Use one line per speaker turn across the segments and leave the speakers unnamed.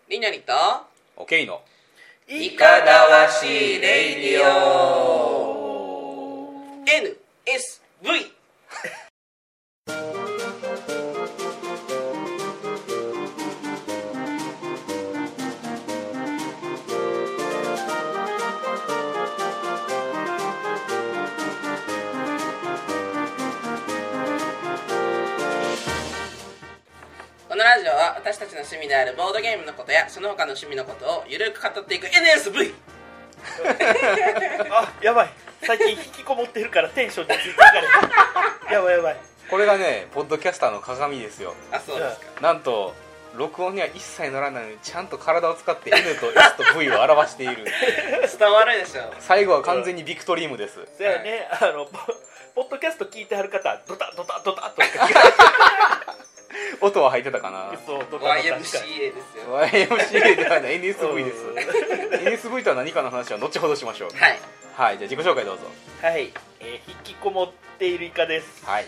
りなりと
オケイの
いかがわしいレイディオ NSV。 このラジオは私たちの趣味であるボードゲームのことやその他の趣味のことをゆるく語っていく NSV。
あ、やばい、最近引きこもってるからテンションについていかれへんやばいやばい。
これがねポッドキャスターの鏡ですよ。
あ、そうですか。
なんと録音には一切乗らないのにちゃんと体を使って N と S と V を表している
伝わるでしょ。
最後は完全にビクトリームです。
そうやね、ポッドキャスト聞いてはる方、ドタドタドタと
音は入ってたかな。
そう、ドタドタ
YMCA ですよ。
YMCA ではない NSV です。NSV とは何かの話は後ほどしましょう。
はい
はい、じゃあ自己紹介どうぞ。
はい、引きこもっているイカです。
はい。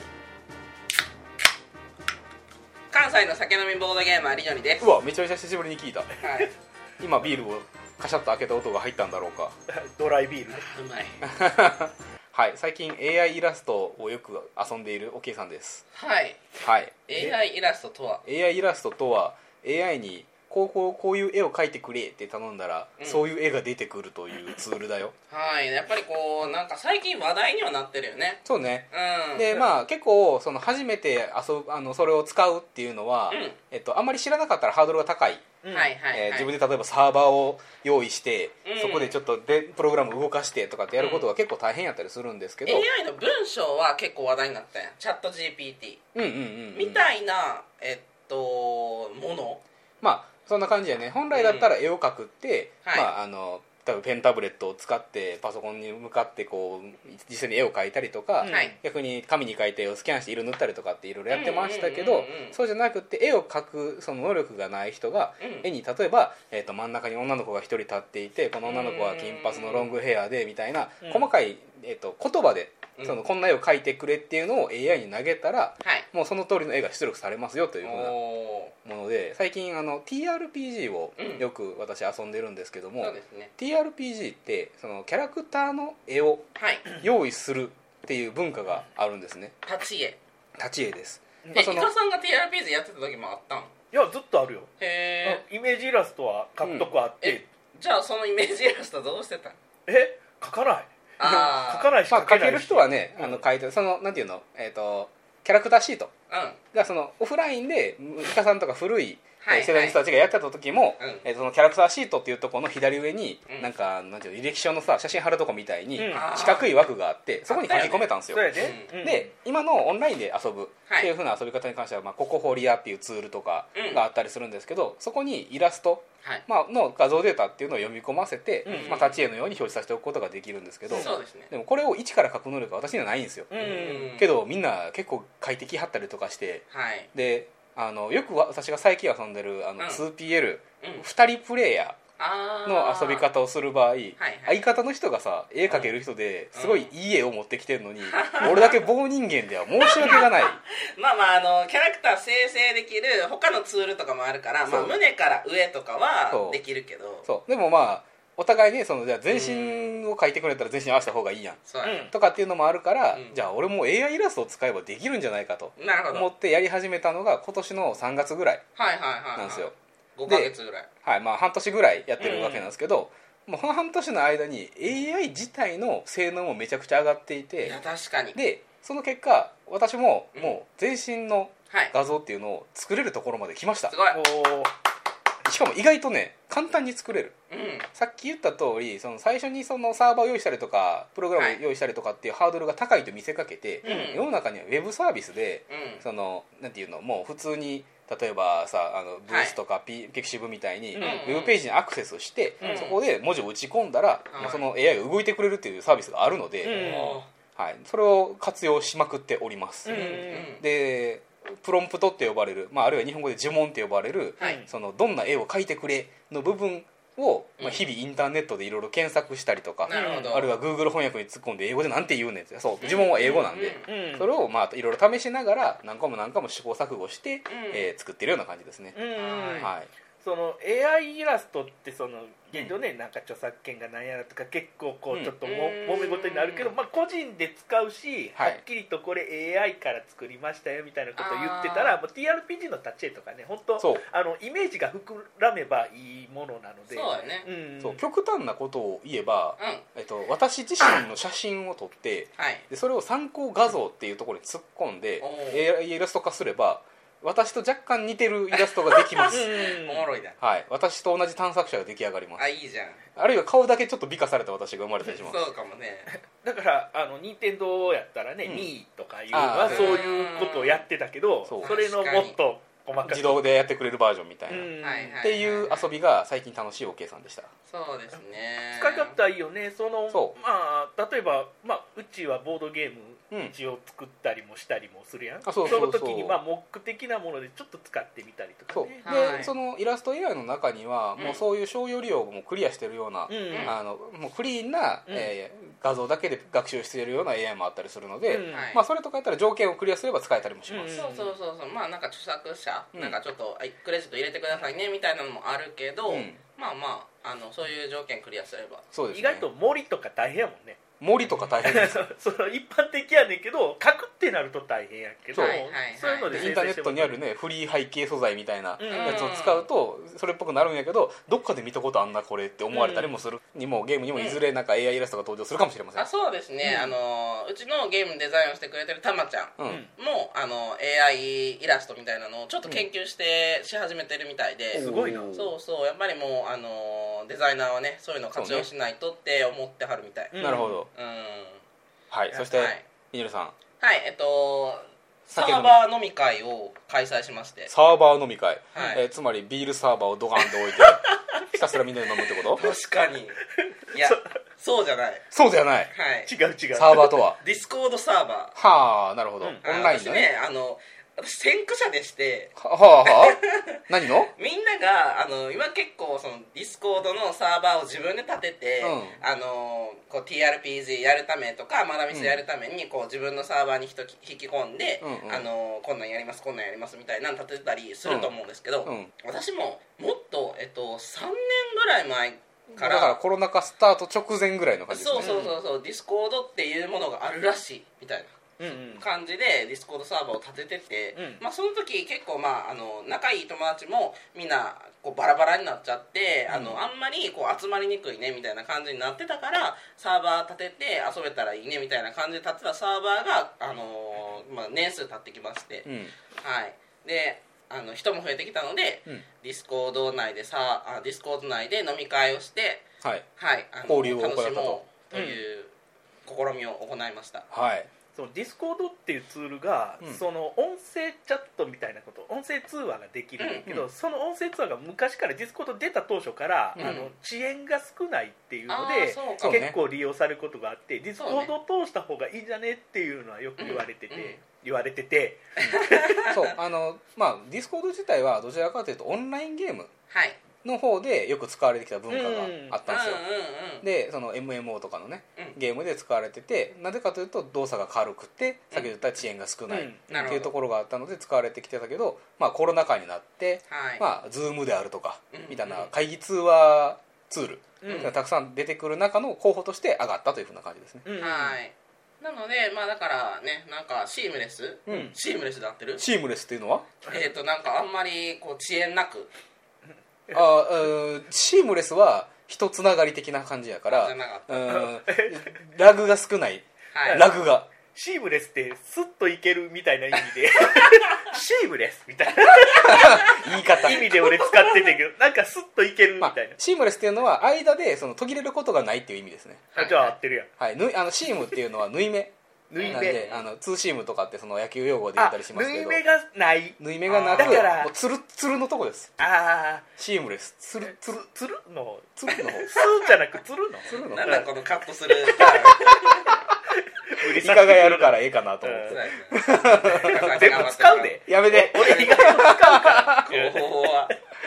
関西の酒飲みボードゲーマーりのりです。
うわ、めちゃめちゃ久しぶりに聞いた。
はい、
今ビールをカシャッと開けた音が入ったんだろうか。
ドライビールで。
うまい。
はい、最近 AI イラストをよく遊んでいる OK さんです。
はい、
はい。
AI イラストとは。
AI イラストとは AI にこういう絵を描いてくれって頼んだら、そういう絵が出てくるというツールだよ。
はい、やっぱりこうなんか最近話題にはなってるよね。
そうね。
うん。
でまあ結構その初めてそれを使うっていうのは、あんまり知らなかったらハードルが高い。
はいはいはい。
自分で例えばサーバーを用意して、そこでちょっとプログラムを動かしてとかってやることが結構大変やったりするんですけど、
AI の文章は結構話題になったやん。チャット GPT みたいなもの。
まあそんな感じやね。本来だったら絵を描くって、まあ多分ペンタブレットを使ってパソコンに向かってこう実際に絵を描いたりとか、逆に紙に描いて絵をスキャンして色塗ったりとかっていろいろやってましたけど、そうじゃなくて絵を描くその能力がない人が、絵に例えば、真ん中に女の子が一人立っていて、この女の子は金髪のロングヘアでみたいな細かい、言葉でこんな絵を描いてくれっていうのを AI に投げたら、もうその通りの絵が出力されますよというふうなもので、最近TRPG をよく私遊んでるんですけども、TRPG ってそのキャラクターの絵を用意するっていう文化があるんですね。
立ち絵
です。
イカさんが TRPG やってた時もあったん？
いや、ずっとあるよ。
へ
イメージイラストは描くとこあって、
じゃあそのイメージイラストどうしてたん？
描かない。描かないし
描ける人はね、描いてる、そのなんていうの、キャラクターシートがそのオフラインでイカさんとか古い世代の人たちがやってた時も、そのキャラクターシートっていうところの左上に、なんかなんていうの、履歴書のさ写真貼るとこみたいに四角い枠があって、そこに書き込めたんですよ。で今のオンラインで遊ぶっていう風な遊び方に関しては、ココホリアっていうツールとかがあったりするんですけど、そこにイラストの画像データっていうのを読み込ませて、立ち絵のように表示させておくことができるんですけど、でもこれを一から書く能力は私にはないんですよ。けどみんな結構快適貼ったりとかして、でよく私が最近遊んでる2PL、2人プレイヤーの遊び方をする場合、相方の人がさ絵描ける人ですごいいい絵を持ってきてるのに、俺だけ棒人間では申し訳がない
まあキャラクター生成できる他のツールとかもあるから、胸から上とかはできるけど、
でもお互いにじゃあ全身を描いてくれたら全身合わせた方がいいやん、とかっていうのもあるから、じゃあ俺も AI イラストを使えばできるんじゃないかと思ってやり始めたのが今年の3月ぐらいなんですよ。
5ヶ月ぐらい、
半年ぐらいやってるわけなんですけど、もうこの半年の間に AI 自体の性能もめちゃくちゃ上がっていて、
いや確かに。
でその結果私ももう全身の画像っていうのを作れるところまで来ました。
すごい。
しかも意外とね簡単に作れる、さっき言った通り最初にそのサーバーを用意したりとかプログラムを用意したりとかっていうハードルが高いと見せかけて、世の中にはウェブサービスで、なんていうの、もう普通に例えばさブースとかピクシブみたいにウェブページにアクセスして、そこで文字を打ち込んだら、その AI が動いてくれるっていうサービスがあるので、それを活用しまくっております。でプロンプトって呼ばれる、あるいは日本語で呪文って呼ばれる、どんな絵を描いてくれの部分を、日々インターネットでいろいろ検索したりとか、あるいは Google 翻訳に突っ込んで英語でなんて言うねんって、そう呪文は英語なんで、それをいろいろ試しながら何回も試行錯誤して、作ってるような感じですね。
その AI イラストってその現状ね、なんか著作権が何やらとか結構こうちょっと揉め事になるけど、まあ、個人で使うし、はっきりとこれ AI から作りましたよみたいなことを言ってたら、もう TRPG の立ち絵とかね、本当イメージが膨らめばいいものなので、
そうだね、
そう極端なことを言えば、私自身の写真を撮って、でそれを参考画像っていうところに突っ込んで AI イラスト化すれば私と若干似てるイラストができます
おもろいな、
はい、私と同じ探索者が出来上がります。
あ、いいじゃん。
あるいは顔だけちょっと美化された私が生まれたりします
そうかもね。
だから任天堂やったらね、2位とかいうのはそういうことをやってたけど、それのもっと細かく
自動でやってくれるバージョンみたいなっていう遊びが最近楽しい OK さんでした。
そうですね、
使い方いいよね。まあ例えば、うちはボードゲーム一応作ったりもしたりもするやん、その時に目的なものでちょっと使ってみたりとかね。
でそのイラスト AI の中にはもうそういう商用利用もクリアしてるような、もうクリーンな、画像だけで学習しているような AI もあったりするので、それとかやったら条件をクリアすれば使えたりもします。
そうまあなんか著作者、なんかちょっとクレジット入れてくださいねみたいなのもあるけど、そういう条件クリアすれば
そうです、ね、
意外と森とか大変やもんね。
森とか大変です
その一般的やねんけど書くってなると大変やけど、
そういうのでインターネットにあるねフリー背景素材みたいなやつを使うとそれっぽくなるんやけど、どっかで見たことあんなこれって思われたりもするにも、ゲームにもいずれなんか AI イラストが登場するかもしれません。
そうですね、うちのゲームデザインをしてくれてるたまちゃんも、AI イラストみたいなのをちょっと研究し始めてるみたいで、
すごいな。
そうやっぱりもうデザイナーはねそういうのを活用しないとって思ってはるみたい。
なるほど。はい、そしてみのるさん、
はい、サーバー飲み会を開催しまして。
サーバー飲み会、つまりビールサーバーをドカンと置いてひたすらみんなで飲むってこと？
確かに。いや、そうじゃない。
そうじゃない。
違う。
サーバーとは
ディスコードサーバ
ー。はあ、なるほど。オンラインのね。
私先駆者でして。
何の？
みんなが今結構そのディスコードのサーバーを自分で立てて、こう TRPG やるためとかマダミスやるためにこう自分のサーバーに引き込んで、こんなんやりますみたいなの立てたりすると思うんですけど、私ももっと3年ぐらい前から
だからコロナ禍スタート直前ぐらいの感じですね。
そうディスコードっていうものがあるらしいみたいな感じでディスコードサーバーを立ててて、その時結構仲いい友達もみんなこうバラバラになっちゃって、あんまりこう集まりにくいねみたいな感じになってたから、サーバー立てて遊べたらいいねみたいな感じで立ってたサーバーが、年数経ってきまして、で人も増えてきたので、ディスコード内で飲み会をして、
交流を行った
楽しもうという試みを行いました。
そのディスコードっていうツールが、その音声チャットみたいなこと、音声通話ができるんだけど、その音声通話が昔からディスコード出た当初から、遅延が少ないっていうので結構利用されることがあって、ディスコードを通した方がいいじゃねっていうのはよく言われてて、
そうディスコード自体はどちらかというとオンラインゲームの方でよく使われてきた文化があったんですよ。でその MMO とかのねゲームで使われてて、なぜかというと動作が軽くて先ほど言った遅延が少ないっていうところがあったので使われてきてたけど、コロナ禍になって、Zoom であるとかみたいな会議通話ツールがたくさん出てくる中の候補として上がったというふうな感じですね。
なのでなんかね、なんかシームレスで合ってる？
シームレスっていうのは
なんかあんまりこう遅延なく、
シームレスは一つながり的な感じやからラグが少ない、ラグが
シームレスってスッといけるみたいな意味でシームレスみたいな
言い方
意味で俺使っててけど、なんかスッといけるみたいな、
シームレスっていうのは間でその途切れることがないっていう意味ですね。
じゃあ合ってるやん。
シームっていうのは縫い目なんで、ツーシームとかってその野球用語で言ったりしますけど、
縫い目がない
縫い目がなく、
だから
もうツルツルのとこです。シームレスツルの
スーじゃなくツルの
なんだこのカットする
イカがやるからええかなと思って
全部使うで
やめて
俺意外と使うから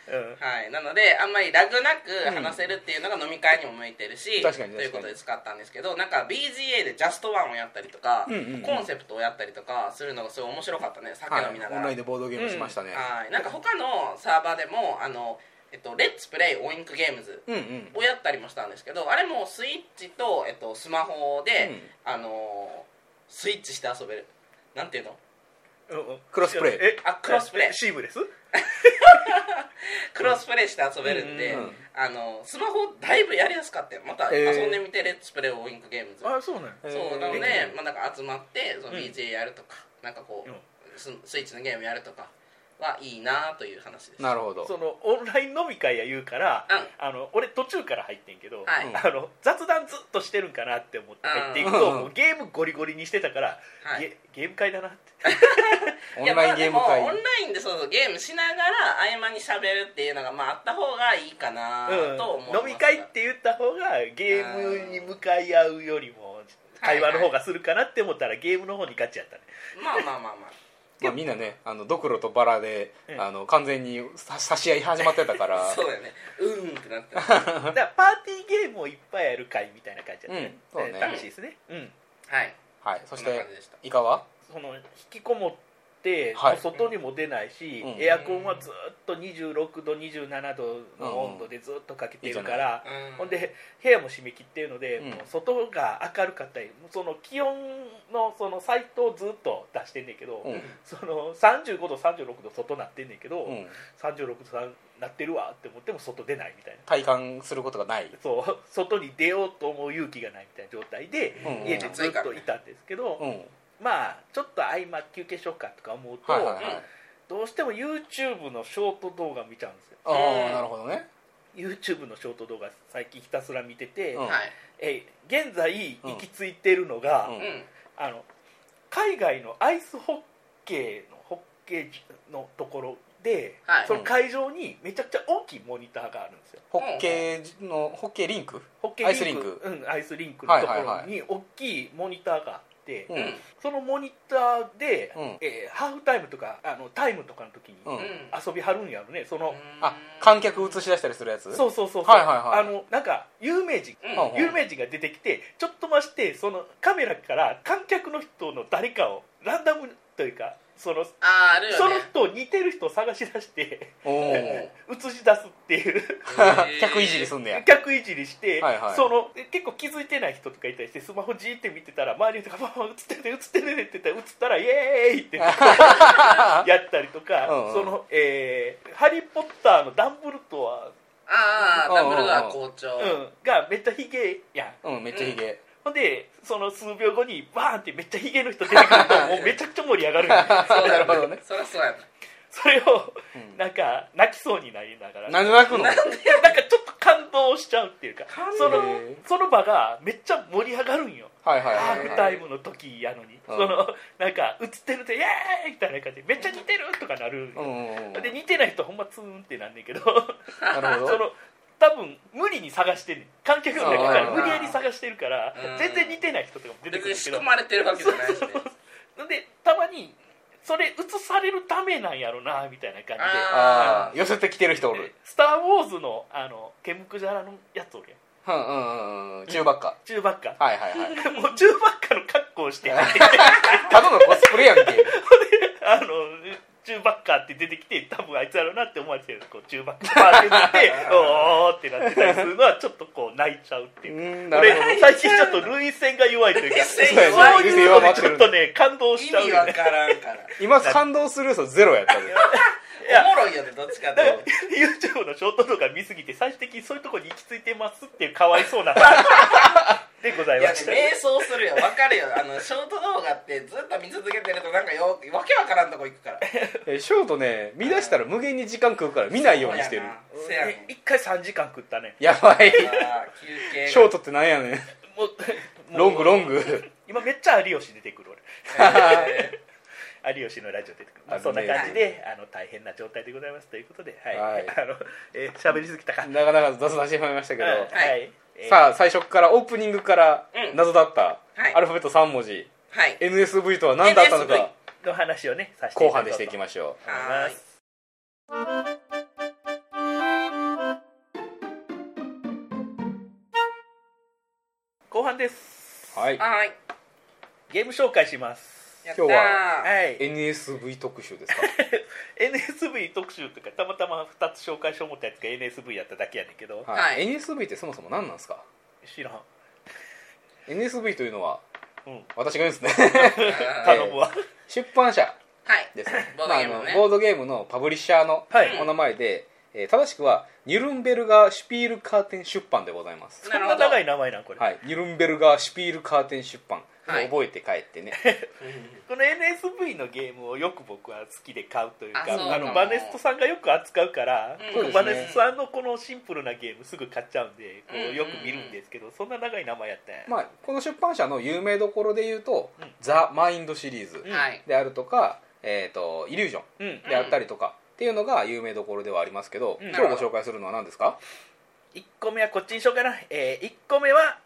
はい、なのであんまりラグなく話せるっていうのが飲み会にも向いてるし、ということで使ったんですけど、なんか BGA でジャストワンをやったりとか、コンセプトをやったりとかするのがすごい面白かったね。酒飲みながら、
オンラインでボードゲームしましたね。
はい、なんか他のサーバーでもレッツプレイオインクゲームズをやったりもしたんですけど、あれもスイッチと、スマホで、スイッチして遊べる。なんていうの？
クロスプレイ。
クロスプレイ。
シームレス？
クロスプレイして遊べるんで、スマホだいぶやりやすかったよ。また遊んでみて、レッツプレイオインクゲームズ。
あ、そうね。
そうなので、なんか集まってその BJ やるとか、なんかこうスイッチのゲームやるとかはいいなという話です。
なるほど。
そのオンライン飲み会や言うから、俺途中から入ってんけど、雑談ずっとしてるんかなって思って入っていくと、もうゲームゴリゴリにしてたから、ゲーム会だなって。
オンラインゲーム会。
オンラインでそうゲームしながら合間に喋るっていうのがあった方がいいかなと思います。
飲み会って言った方がゲームに向かい合うよりも会話の方がするかなって思ったら、ゲームの方にガチやったね。
みんなね、ドクロとバラで、完全に差し合い始まってたから
そうだよね、ってなってだ
からパーティーゲームをいっぱいやる会みたいな感じだったね。楽しいですね。
はい。そしてイカは
その引きこもって外にも出ないし、エアコンはずっと26度27度の温度でずっとかけてるから、ほんで部屋も締め切ってるので、もう外が明るかったり、その気温のそのサイトをずっと出してんねんけど、その35度36度外なってんねんけど、36度なってるわって思っても外出ないみたいな、
体感することがない。
そう外に出ようと思う勇気がないみたいな状態で家でずっといたんですけど、ちょっと合間休憩しようかとか思うと、どうしても YouTube のショート動画見ちゃうんですよ。
なるほどね。
YouTube のショート動画最近ひたすら見てて、現在行き着いてるのが、海外のアイスホッケーのところで、その会場にめちゃくちゃ大きいモニターがあるんですよ。
ホッケーリンク？
アイスリンクのところに大きいモニターがあって、そのモニターで、ハーフタイムとかタイムとかの時に遊びはるんやろね。その
観客映し出したりするやつ。
そうなんか有名人が出てきて、ちょっと増してそのカメラから観客の人の誰かをランダムというか、その人似てる人を探し出して映し出すっていう
客いじりすんねや。
客いじりして、その結構気づいてない人とかいたりして、スマホじーって見てたら周りの人が映ってるねって言ったら、映ったらイエーイってやったりとか、そのハリー・ポッターのダンブルドア
ダンブルドア校長
がめっちゃヒゲやん。
めっちゃヒゲ。
ほんでその数秒後にバーンってめっちゃヒゲの人出てくると、もうめちゃくちゃ盛り上がるんや
そうなるほどね。
そりゃそうやな。
それをなんか泣きそうになりながら、
なんで泣くの？
なんかちょっと感動しちゃうっていうか、その場がめっちゃ盛り上がるんよ。ハーフタイムの時やのに、そのなんか映ってるとイエーイみたいな感じでめっちゃ似てるとかなる。で似てない人ほんまツーンってなんねんけど、
なるほど。
その多分無理に探してんねん。観客の中から無理やり探してるから、全然似てない人とかも出てくるけど、
仕込まれてるわけじゃないしね。
でたまにそれ映されるためなんやろなみたいな感じで、
寄せてきてる人おる。
スター・ウォーズのケムクジャラのやつおるやん。
チューバッカ。
もうチューバッカの格好をして
ただのコスプレやんけ。
チューバッカーって出てきて、多分あいつやろうなって思われてる。こうチューバッカーって言っておーってなってたりするのはちょっとこう泣いちゃうっていう。俺最近ちょっと涙腺が弱いというか、そういうのでちょっとね感動しちゃうよね。
意味わからんから
今感動する要素ゼロやったで。
おもろいよね、どっちかっていうと。
YouTube のショート動画見すぎて最終的にそういうところに行き着いてますっていうかわいそうなでございました。
いや、迷走するよ、わかるよ。ショート動画ってずっと見続けてるとなんかわけわからんとこ行くから
ショートね、見出したら無限に時間食うから見ないようにしてる。
1回3時間食ったね。
やばい。
休憩
ショートってなんやねん。ロング
今めっちゃ有吉出てくる俺。有吉のラジオ出てくる。そんな感じで大変な状態でございますということで、喋りすぎたか、
なかなか雑談してしまいましたけど、
さ
あ最初からオープニングから謎だったアルファベット3文字 NSV とは何だったのか
の話をね、
後半でしていきましょう。
はい。
半です。
はい、
ゲーム紹介します。
今日は NSV 特集ですか
NSV 特集というか、たまたま2つ紹介しよう思ったやつが NSV やっただけやねんけど、
NSV ってそもそも何なんですか？
知らん。
NSV というのは、私が言うんですね
頼むわ。
出版社ですね。ボードゲームのパブリッシャーのお名前で、正しくはニュルンベルガーシュピールカーテン出版でございます。
そんな長い名前なんこれ。
ニュルンベルガーシュピールカーテン出版、覚えて帰ってね
この NSV のゲームをよく僕は好きで買うというか、バネストさんがよく扱うから、バネストさんのこのシンプルなゲームすぐ買っちゃうんで、こうよく見るんですけど、そんな長い名前やったんや。
この出版社の有名どころで言うと、ザ・マインドシリーズであるとか、イリュージョンであったりとかっていうのが有名どころではありますけど、今日ご紹介するのは何ですか
？1個目はこっちにしようかな。1個目は、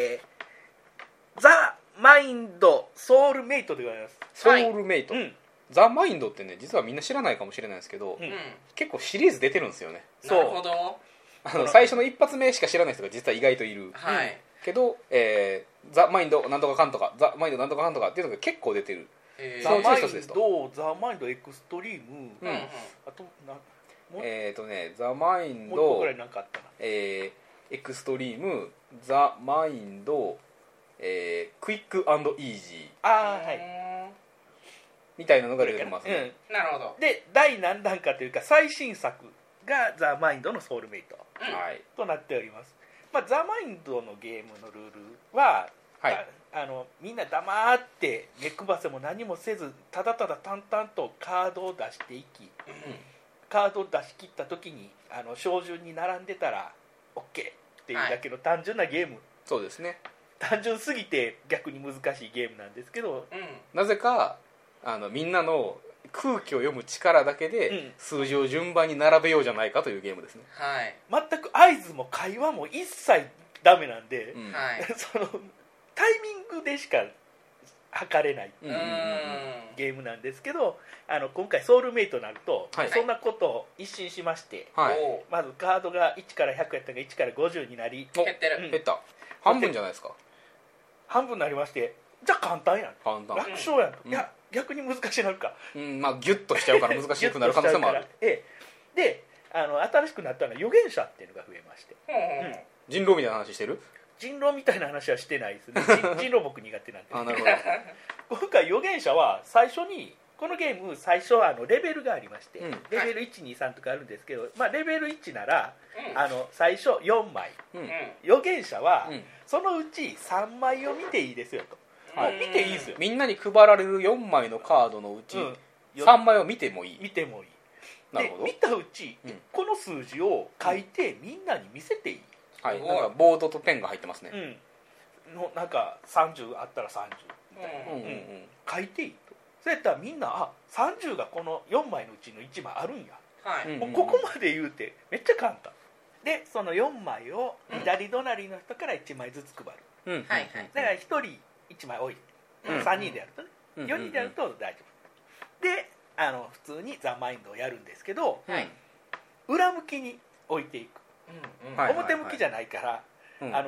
ザ・マインドソウルメイトでございます。
ソウルメイト、ザ・マインドってね、実はみんな知らないかもしれないですけど、結構シリーズ出てるんですよね。
なるほど。
最初の一発目しか知らない人が実は意外といる、けど、ザ・マインドなんとかかんとか、ザ・マインドなんとかかんとかっていうのが結構出てる。
ザ・マインド、ザ・マインドエクストリーム、あと
ザ・マインド、
もう一個ぐらいなんかあったな。
エクストリーム、ザ・マインド、クイック&イージー、みたいなのが出てますね。
なるほど。
で、第何弾かというか最新作がザ・マインドのソウルメイトとなっております。ザ・マインドのゲームのルールは、みんな黙って目配せも何もせず、ただただ淡々とカードを出していき、カードを出し切った時に照準に並んでたら OK っていうだけの単純なゲーム。
そうですね。
単純すぎて逆に難しいゲームなんですけど、
なぜかみんなの空気を読む力だけで数字を順番に並べようじゃないかというゲームですね。
全く合図も会話も一切ダメなんで、そのタイミングでしか測れないゲームなんですけど、今回ソウルメイトになると、そんなことを一新しまして、まずカードが1から100やったのが1から50になり、
減ってる、
減った、半分じゃないですか。
半分になりまして、じゃあ簡単やん、楽勝やんと、いや逆に難しくなるか、
ギュッとしちゃうから難しくなる可能性もある。
で、新しくなったのは預言者っていうのが増えまして、
人狼みたいな話してる？
人狼みたいな話はしてないですね。人狼僕苦手なんで。
なるほど。
今回預言者は最初に、このゲーム最初はレベルがありまして、レベル 1,2,3 とかあるんですけど、レベル1なら、最初4枚、預言者は、そのうち3枚を見ていいですよと。見ていいですよ。
みんなに配られる4枚のカードのうち、3枚を見てもいい。
見てもいい。
なるほど。
見たうち、この数字を書いてみんなに見せていい。
なんかボードとペンが入ってますね。
なんか30あったら30みたいな、書いていいと。そうやったらみんな30がこの4枚のうちの1枚あるんや、もうここまで言うてめっちゃ簡単で、その4枚を左隣の人から1枚ずつ配る、だから1人1枚多い、3人でやるとね、4人でやると大丈夫で、普通にザ・マインドをやるんですけど、裏向きに置いていく、表向きじゃないから、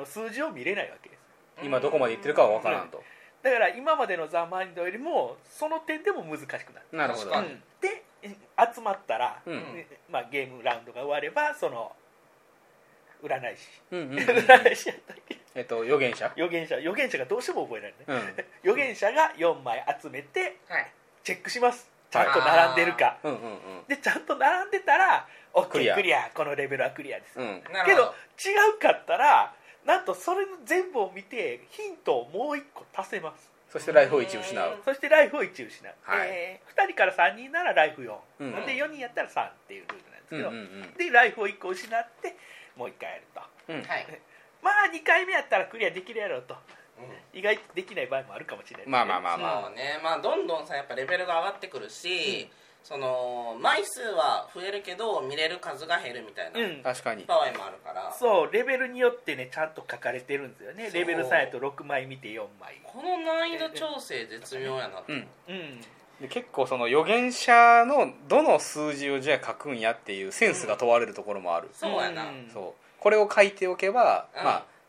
数字を見れないわけです。
今どこまでいってるかは分からんと、
だから今までのザ・マインドよりもその点でも難しくなる。
なるほど。
で集まったら、ゲームラウンドが終われば、その占い師、占い師やったっけ、
預言者
がどうしても覚えられない、預言者が4枚集めてチェックします、ちゃんと並んでるか、でちゃんと並んでたら OK クリア、このレベルはクリアです、けど違うかったらなんとそれ全部を見てヒントをもう1個足せます。
そしてライフを1失う。
2人から3人ならライフ4、で4人やったら3っていうルールなんですけど、でライフを1個失ってもう1回やると、2回目やったらクリアできるやろうと、意外とできない場合もあるかもしれない、
そうね、どんどんさやっぱレベルが上がってくるし、その枚数は増えるけど見れる数が減るみたいな、
確かに
場合もあるから、
そうレベルによってねちゃんと書かれてるんですよね。レベル3やと6枚見て4枚、
この難易度調整絶妙やなと、
で結構その預言者のどの数字をじゃあ書くんやっていうセンスが問われるところもある、
そうやな、
そうこれを書いておけば、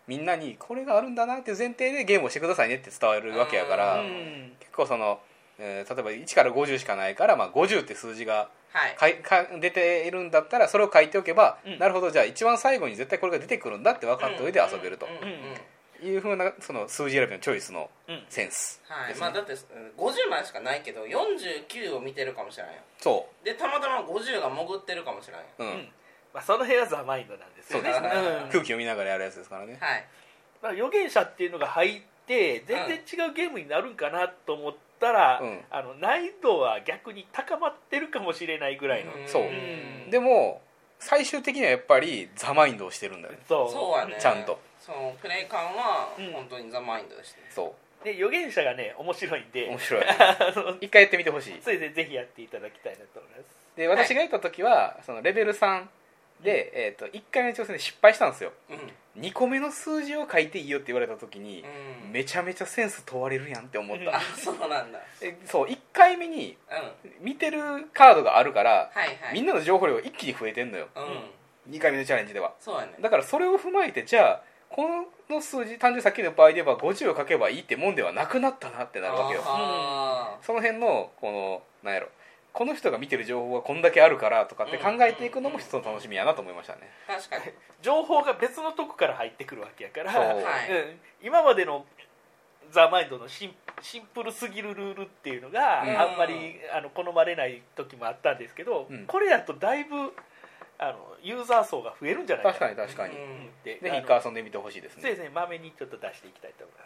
みんなにこれがあるんだなっていう前提でゲームをしてくださいねって伝わるわけやから、結構その、例えば1から50しかないから、まあ、50って数字が、出ているんだったらそれを書いておけば、なるほど、じゃあ一番最後に絶対これが出てくるんだって分かった上で遊べるというふうな、その数字選びのチョイスのセンスですね。
まあ、だって50までしかないけど49を見てるかもしれないよ。
そう
でたまたま50が潜ってるかもしれないよ。
まあ、その辺はザ・マインドなんですよね。
空気を見ながらやるやつですからね。
まあ、預言者っていうのが入って全然違うゲームになるんかなと思ったら、難易度は逆に高まってるかもしれないぐらいの。
そうでも最終的にはやっぱりザ・マインドをしてるんだよね。
そうはね、
ちゃんと
そのプレイ感は本当にザ・マインドでしたね。
そう
で預言者がね面白いんで、
面白い一回やってみてほしい。
それでぜひやっていただきたいなと思います。
で私がやった時はそのレベル3で、1回目の挑戦で失敗したんですよ、2個目の数字を書いていいよって言われた時に、めちゃめちゃセンス問われるやんって思った、
そうなんだ。
そう1回目に見てるカードがあるから、みんなの情報量が一気に増えてんのよ、2回目のチャレンジでは。
そうやね。
だからそれを踏まえて、じゃあこの数字単純にさっきの場合で言えば50を書けばいいってもんではなくなったなってなるわけよ。その辺のこのなんやろ、この人が見てる情報がこんだけあるからとかって考えていくのも一つの楽しみやなと思いましたね。
確かに
情報が別のとこから入ってくるわけやから、今までのザ・マインドのシンプルすぎるルールっていうのがあんまり好まれない時もあったんですけど、これやとだいぶユーザー層が増えるんじゃないかな。
確かに確かに、ぜひ一回遊んでみてほしいですね。
そうですね、まめにちょっと出していきたいと思います。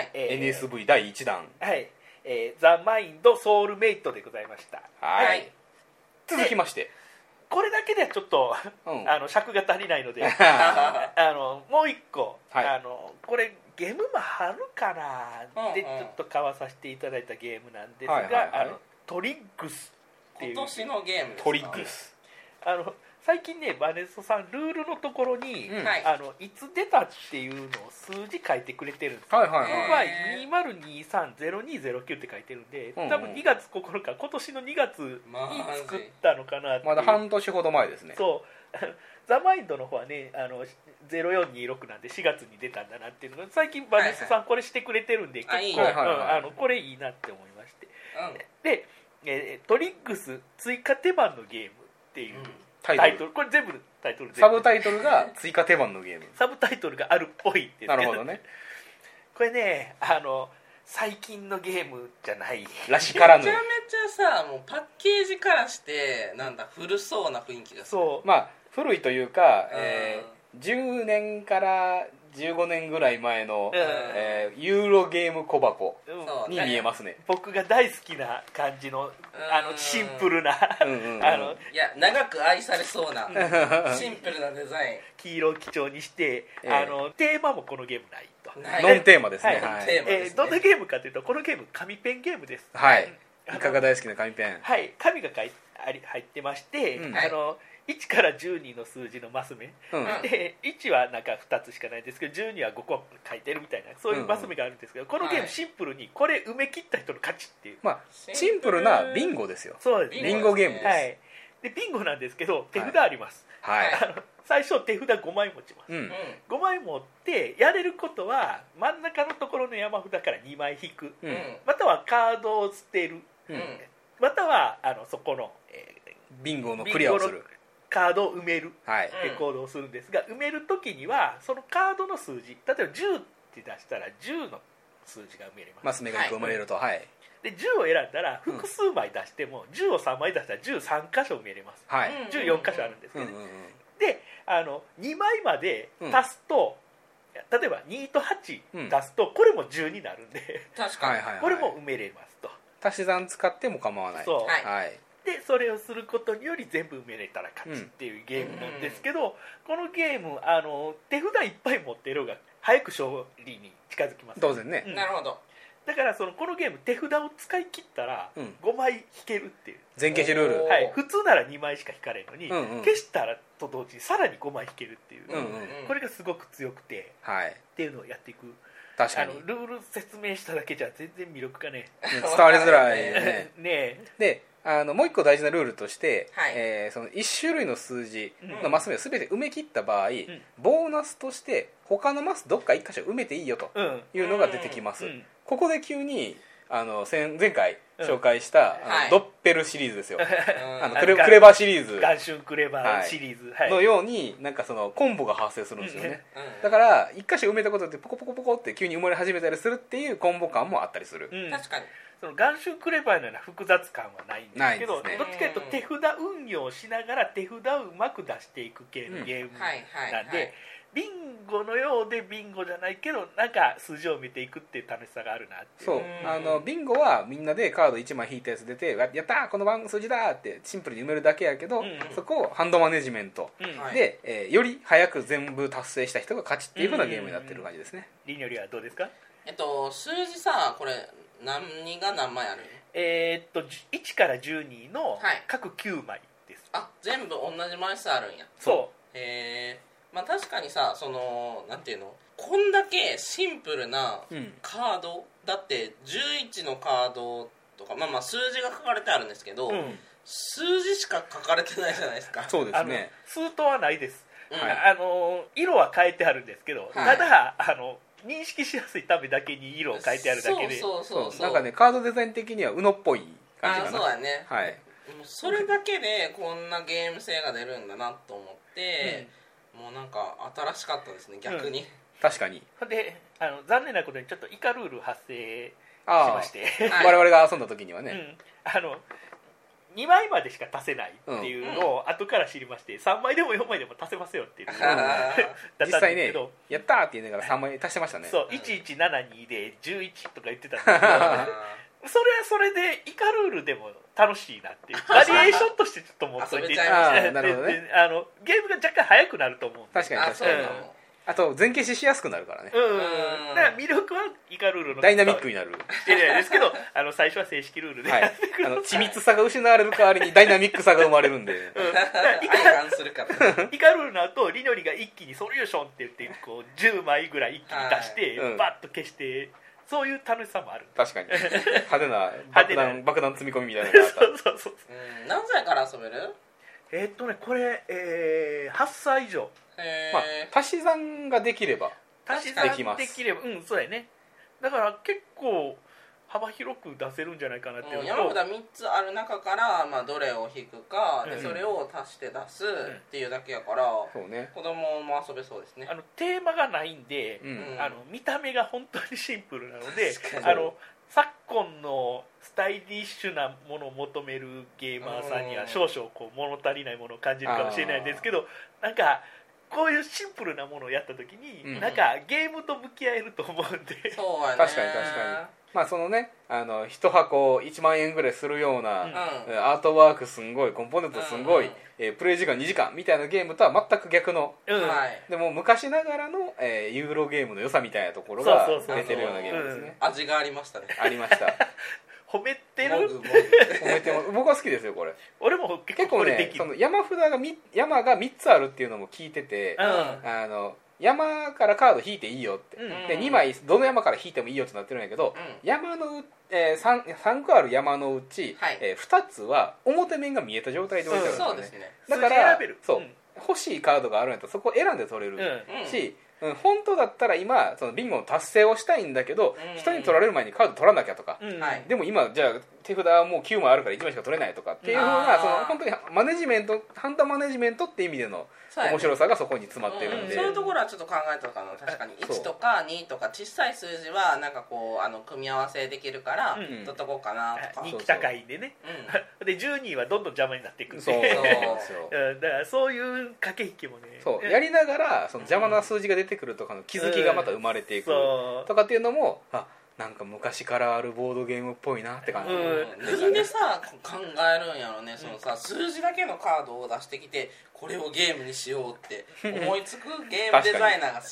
NSV 第1弾、
ザ・マインドソウルメイトでございました。続
きまして
これだけではちょっと、尺が足りないのでもう一個、これゲームマ春かなでちょっと買わさせていただいたゲームなんですが、トリッグスっていう
今年のゲームですか。
トリッグス
最近ねバネストさんルールのところに、いつ出たっていうのを数字書いてくれてるんですよ。僕は20230209って書いてるんで、多分2月9日今年の2月に作ったのかなっていう。
まだ半年ほど前ですね。
そうザ・マインドの方はね0426なんで4月に出たんだなっていうのが最近バネストさんこれしてくれてるんで、結構これいいなって思いまして、で、トリッグス追加手番のゲームっていうタイトル、これ全部タイトルで
サブタイトルが追加手番のゲーム
サブタイトルがあるっぽいって
なるほどね。
これね最近のゲームじゃない
らしからぬ。
めちゃめちゃさ、もうパッケージからしてなんだ古そうな雰囲気がする。
そう、まあ古いというか、10年から15年ぐらい前の、ユーロゲーム小箱に見えますね。
僕が大好きな感じのシンプルな、い
や長く愛されそうなシンプルなデザイン、
黄色を基調にして、テーマもこのゲームないと。
ノンテーマですね。
どんなゲームかというと、このゲーム紙ペンゲームです。
イカが大好きな紙ペン。
紙が入ってまして、1から12の数字のマス目、で1はなんか2つしかないんですけど12は5個書いてるみたいな、そういうマス目があるんですけど、このゲームシンプルにこれ埋め切った人の勝ちっていう、
シンプルなビンゴですよ。
そうです、
ビンゴゲームです。
でビンゴなんですけど手札あります。最初手札5枚持ちます。5枚持ってやれることは真ん中のところの山札から2枚引く、またはカードを捨てる、またはそこの
ビンゴのクリアをする、
カードを埋めるって行動をするんですが、埋めるときにはそのカードの数字、例えば10って出したら10の数字が埋めれます。
マス目が1個埋めれると、
で10を選んだら複数枚出しても、10を3枚出したら13箇所埋めれます。14箇所あるんですけどね。で2枚まで足すと、例えば2と8足すとこれも10になるんで、
確かに
これも埋めれますと。
足し算使っても構わない。
でそれをすることにより全部埋めれたら勝ちっていうゲームなんですけど、このゲーム手札いっぱい持ってる方が早く勝利に近づきます。
当然ね。
なるほど。
だからこのゲーム手札を使い切ったら5枚引けるっていう
全消しルール。
普通なら2枚しか引かれるのに、消したらと同時にさらに5枚引けるっていう、これがすごく強くて、っていうのをやっていく。
確かに
ルール説明しただけじゃ全然魅力がね
伝わりづらいね。
ね
でもう一個大事なルールとして、その1種類の数字のマス目を全て埋め切った場合、ボーナスとして他のマスどっか1箇所埋めていいよというのが出てきます。ここで急に前回紹介した、ドッペルシリーズですよクレバーシリーズ、
元春クレバーシリーズ、
のようになんかそのコンボが発生するんですよね、だから1箇所埋めたことでポコポコポコって急に埋もれ始めたりするっていうコンボ感もあったりする、
確かに
その元春クレバーのような複雑感はないんですけど、
ないですね、
どっちかというと手札運用をしながら手札をうまく出していく系のゲームなんで、ビンゴのようでビンゴじゃないけどなんか数字を見ていくっていう楽しさがあるなっていう。
そうビンゴはみんなでカード1枚引いたやつ出てやったーこの番数字だってシンプルに埋めるだけやけど、そこをハンドマネジメントで、より早く全部達成した人が勝ちっていう風なゲームになってる感じですね。
リニョリはどうですか？
数字さこれ何が何枚ある？
1から12の各9枚です、
全部同じ枚数あるんや。
そう
まあ確かにさそのなんていうのこんだけシンプルなカード、だって11のカードとかまあ数字が書かれてあるんですけど、数字しか書かれてないじゃないですか。
そうですね。
数とはないです、色は変えてあるんですけど、ただ認識しやすいためだけに色を変えてあるだけで、
そう
なんかねカードデザイン的には UNO っぽい感じかな。
そうだね、それだけでこんなゲーム性が出るんだなと思って、もうなんか新しかったですね逆に、
確かに。
で残念なことにちょっとイカルール発生しまして
我々が遊んだ時にはね、
2枚までしか足せないっていうのを後から知りまして、3枚でも4枚でも足せますよっていう
実際ねやったーって言いながら3枚足してましたね。
そう1172で11とか言ってたんですけどそれはそれでイカルールでも楽しいなっていうバリエーションとしてちょっと持っといて
なるほどね。
ゲームが若干速くなると思うんで。
確かに確かに。あと前消ししやすくなるからね。
だから魅力はイカルールの
ダイナミックになる
ですけど最初は正式ルールで、
緻密さが失われる代わりにダイナミックさが生まれるんで、
相反するから
イカルールの後リノリが一気にソリューションって言ってこう10枚ぐらい一気に出してバッと消して、そういう楽しさもある。
確かに派手な爆弾積み込みみたいなのがあった
そう
何歳から遊べる？
これ、8歳以上、
足し算ができれば
足し算できればそうやね。だから結構幅広く出せるんじゃないかなっていうのと、
山札3つある中から、どれを引くかで、それを足して出すっていうだけやから、子供も遊べそうですね。
テーマがないんで、見た目が本当にシンプルなので昨今のスタイリッシュなものを求めるゲーマーさんには少々こう物足りないものを感じるかもしれないんですけど、なんかこういうシンプルなものをやった時に、なんかゲームと向き合えると思うんで、
そうやね、
確かにそのね1箱1万円ぐらいするような、アートワークすんごいコンポーネントすんごい、プレイ時間2時間みたいなゲームとは全く逆の、でも昔ながらの、ユーロゲームの良さみたいなところが出てるようなゲームですね。
味がありましたね。
ありました
褒めてる？
褒めてます。僕は好きですよこれ。
俺も結構ね
その山札が山が3つあるっていうのも聞いてて、山からカード引いていいよって、で2枚どの山から引いてもいいよってなってるんやけど、山の3個ある山のうち、2つは表面が見えた状態で置いてあるんですね。だから欲しいカードがあるんやったらそこを選んで取れるし、本当だったら今そのビンゴの達成をしたいんだけど、人に取られる前にカード取らなきゃとか、でも今じゃあ手札はもう9枚あるから1枚しか取れないとかっていうのがその本当にマネジメントハンドマネジメントっていう意味での面白さがそこに詰まってるんで、
そういうところはちょっと考えたかな。確かに1とか2とか小さい数字はなんかこう組み合わせできるから取っとこうかなとか、
人気高いんでね、で12はどんどん邪魔になっていくんで、だからそういう駆け引きもね、
やりながらその邪魔な数字が出てくるとかの気づきがまた生まれていくとかっていうのも、なんか昔からあるボードゲームっぽいなって感じ。
なんでさ考えるんやろね。そのさ数字だけのカードを出してきてこれをゲームにしようって思いつくゲームデザイナーがすごい。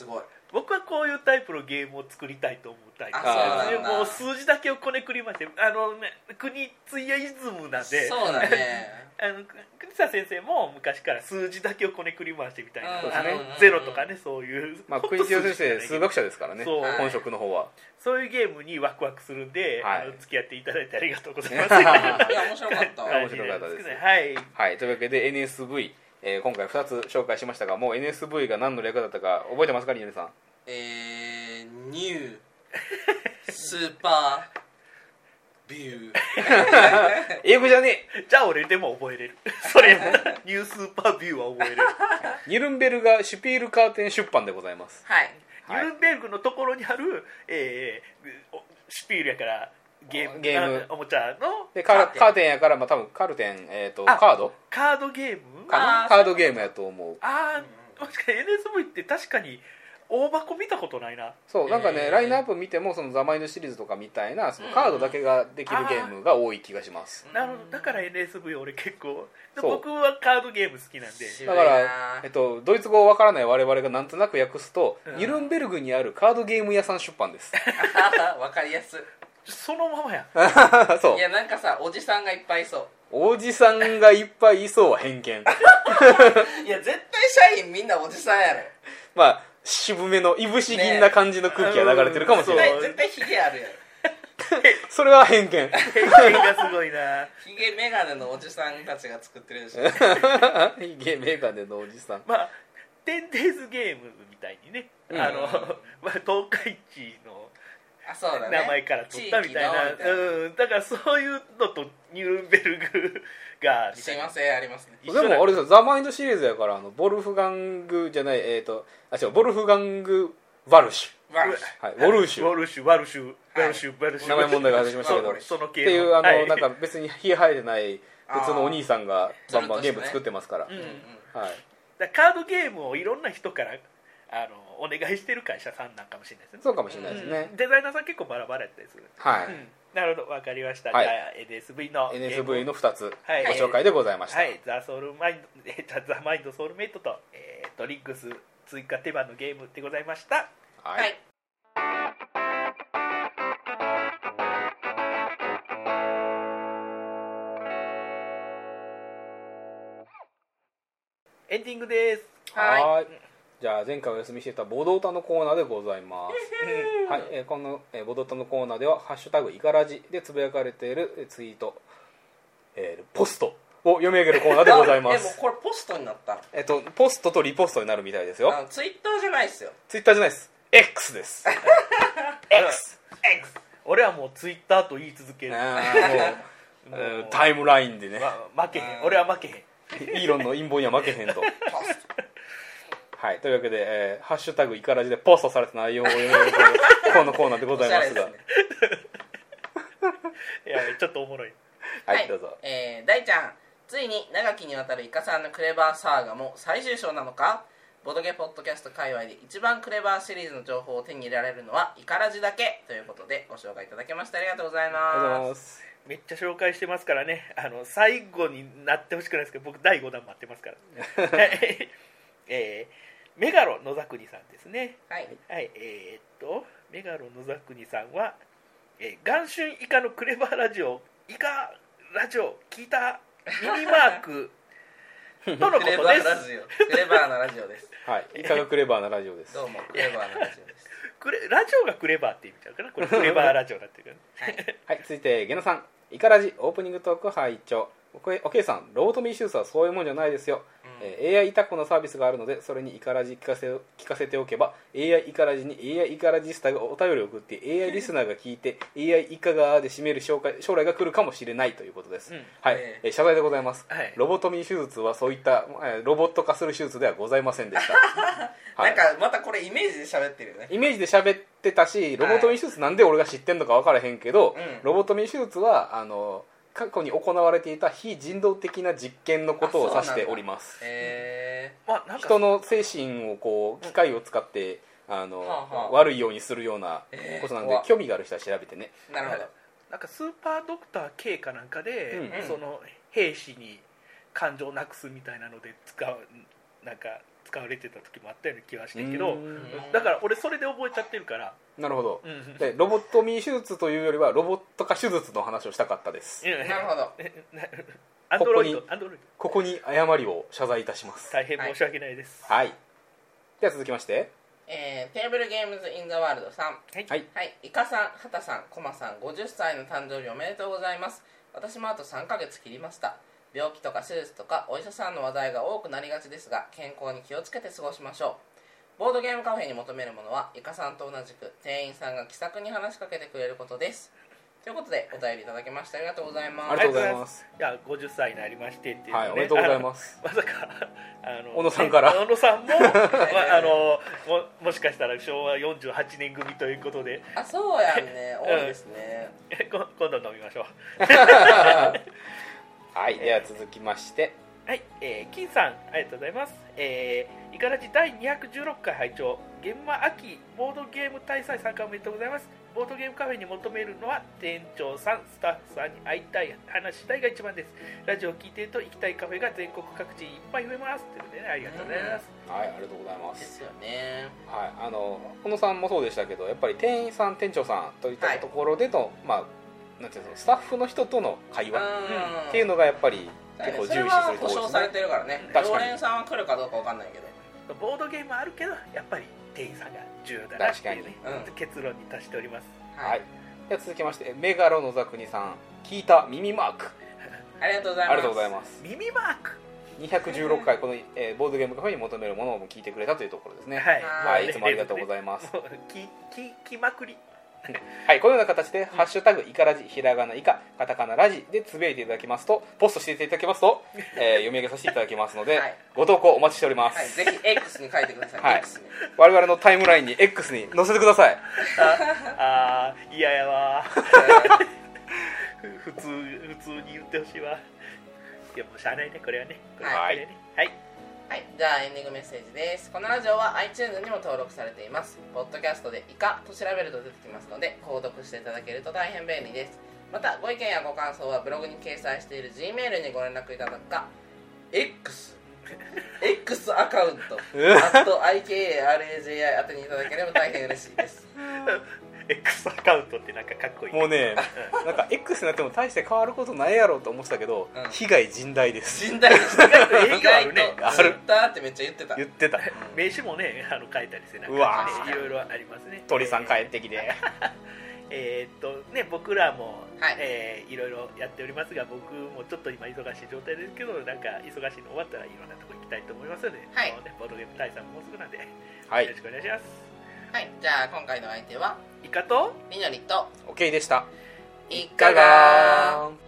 僕はこういうタイプのゲームを作りたいと思うタイプ
で
もう数字だけをこねくりまして国津屋イズムなんで
そうだね
国津先生も昔から数字だけをこねくり回してみたいな、
ね、
ゼロとかねそういう、
国津屋先生数学者ですからね本職の方は
そういうゲームにワクワクするんで、付き合っていただいてありがとうございます
いや面白かった
面白かったですはい、というわけで NSV今回2つ紹介しましたがもう NSV が何の略だったか覚えてますかリネさん
ニュースーパービュー
英語じゃね
えじゃあ俺でも覚えれるそれニュースーパービューは覚えれる
ニュルンベルガシュピールカーテン出版でございます
ニュルンベルグのところにある、シュピールやからゲームおもちゃの
でカーテンやから、多分カルテン、カード
ゲーム
カードゲームやと思う
確かに NSV って確かに大箱見たことないな
そうなんかね、ラインナップ見てもそのザマインドシリーズとかみたいなそのカードだけができるゲームが多い気がします、
なるほどだから NSV 俺結構僕はカードゲーム好きなんで
だから、ドイツ語わからない我々がなんとなく訳すと、ニュルンベルグにあるカードゲーム屋さん出版です
わかりやすい
そのままや
そう
いやなんかさおじさんがいっぱいいそう
おじさんがいっぱいいそうは偏見
いや絶対社員みんなおじさんやろ
渋めのいぶし銀な感じの空気が流れてるかもしれない、
絶対ヒゲあるやろ
それは偏見
偏見がすごいな
ヒゲメガネのおじさんたちが作ってるでしょ
ヒゲメガネのおじさん
テンデイズゲームみたいにね、東海地の名前から取ったみたいな、だからそういうのとニュルンベルグが
すいませんありますね
でもあれですよザ・マインドシリーズやからボルフガングじゃないボルフガング・ワルシュウォルーシュ
名
前問題が発生しましたけどっていうなんか別にひげ生えてない普通のお兄さんがバンバンゲーム作ってますから
カードゲームをいろんな人からお願いしてる会社さんなんかもしれないですね
そうかもしれないですね
デザイナーさん結構バラバラやったりするなるほど分かりました、じゃあ NSV の
2つご紹介でございました
ザ・マインドソウルメイトとリッグス追加手番のゲームでございましたはいエンディングです
はいじゃあ前回お休みしてたボドータのコーナーでございますはい、このボドータのコーナーではハッシュタグイカラジでつぶやかれているツイート、ポストを読み上げるコーナーでございます
もうこれポストになった
ポストとリポストになるみたいですよ
ツイッターじゃないですよ
ツイッターじゃないです X です
X 俺はもうツイッターと言い続ける
タイムラインでね
負けへん俺は負けへん
イーロンの陰謀には負けへんとはい、というわけで、ハッシュタグイカラジでポストされた内容を読めるこのコーナーでございますがい
やちょっとおもろい
はいどうぞ
大ちゃんついに長きにわたるイカさんのクレバーサーガも最終章なのかボドゲポッドキャスト界隈で一番クレバーシリーズの情報を手に入れられるのはイカラジだけということでご紹介いただきましてありがとうございます
めっちゃ紹介してますからね最後になってほしくないですけど僕第5弾待ってますからメガロ野沢国さんですねメガロ野沢国さんは元春イカのクレバーラジオイカラジオ聞いたミニマークとのことです。
クレバーなラジオです。
はい、イカがクレバーなラジオです。
どうもクレバーなラジオです。
ラジオがクレバーって意味ちゃうかな。これクレバーラジオだっていうか、
ね。はい、続いてゲノさん、イカラジオープニングトーク拝聴。おけいさん、ロボトミー手術はそういうもんじゃないですよ。AI イタコのサービスがあるのでそれにイカラジ聞かせておけば AI イカラジに AI イカラジスタがお便りを送って AI リスナーが聞いて AI イカ側で締める将来が来るかもしれないということです、はい、謝罪でございます、ロボトミー手術はそういったロボット化する手術ではございませんでした、
はい、なんかまたこれイメージで喋ってるよね。
イメージで喋ってたしロボトミー手術なんで俺が知ってんのか分からへんけど、ロボトミー手術は過去に行われていた非人道的な実験のことを指しております。人の精神をこう機械を使って悪いようにするようなことなんで、興味がある人は調べてね。
なるほど。
なんかスーパードクター K かなんかで、その兵士に感情をなくすみたいなのでなんか使われてた時もあったような気はしてるけど、だから俺それで覚えちゃってるから。
なるほど、でロボットミー手術というよりはロボット化手術の話をしたかったです。
なるほど。
アンドロイド
ここに誤りを謝罪いたします。
大変申し訳ないです。
はい、では続きまして、
テーブルゲームズインザワールドさん、はいはい、イカさん、ハタさん、コマさん、50歳の誕生日おめでとうございます。私もあと3ヶ月切りました。病気とか手術とかお医者さんの話題が多くなりがちですが、健康に気をつけて過ごしましょう。ボードゲームカフェに求めるものはイカさんと同じく店員さんが気さくに話しかけてくれることです。ということでお便りいただきましてありがとうございます。
ありがとうございます。
いや50歳になりましてっていう、ね、
はい、おめでとうございます。
まさか
小野さんから
小野さんももしかしたら昭和48年組ということで、
あ、そうやんね、多いですね。
今度飲みましょう。
はい、では続きまして
はい、金さんありがとうございます。イカラジ第216回拝聴、現場秋ボードゲーム大祭参加おめでとうございます。ボードゲームカフェに求めるのは店長さん、スタッフさんに会いたい、話したいが一番です。ラジオを聞いていると行きたいカフェが全国各地いっぱい増えますということで、ね、ありがとうございます。
はい、ありがとうございます。
ですよね。
はい、小野さんもそうでしたけど、やっぱり店員さん、店長さんといったところでの、まあなんていうの、スタッフの人との会話っていうのがやっぱり結構重視するところですね。
それは保証されてるからね。常連さんは来るかどうかわかんないけど、
ボードゲームあるけどやっぱり店員さんが重要だなっていう、ね、結論に達しております。
はい、では続きましてメガロのザクニさん、聞いた耳マーク
ありがとうございます。
ありがとうございます。
耳マーク
216回この、ボードゲームカフェに求めるものを聞いてくれたというところですね。
はい、
いつもありがとうございます。
聞まくり
はい、このような形でハッシュタグイカラジ、ひらがなイカ、カタカナラジでつぶやいていただきますと、ポストしていただきますと、読み上げさせていただきますので、ご投稿お待ちしております。
はい、ぜひ X に書いてください。
はい、
X に
我々のタイムラインに X に載せてください。
嫌やわ普通に言ってほしいわ。いやもうしゃあないね、これはね。
はい、
はい、じゃあエンディングメッセージです。このラジオは iTunes にも登録されています。ポッドキャストでイカと調べると出てきますので、購読していただけると大変便利です。またご意見やご感想はブログに掲載している Gmail にご連絡いただくか X アカウント@IKARAJI 宛てにいただければ大変嬉しいです。
X アカウントってなんかかっこいい。
もうね、なんか X になっても大して変わることないやろうと思ってたけど、被害甚大です。
甚大です。意外と
影響あるね。
ツイッターってめっちゃ言ってた。
名刺もね、書いたりしてなんかね、いろいろありますね。
鳥さん帰ってきて
ね、僕らもいろいろやっておりますが、僕もちょっと今忙しい状態ですけど、なんか忙しいの終わったらいろんなとこ行きたいと思いますので、ボードゲーム大祭もうすぐなんで、よろしくお願いします。
はい、じゃあ今回の相手は
イカと
みのりと
OKでした。
いかが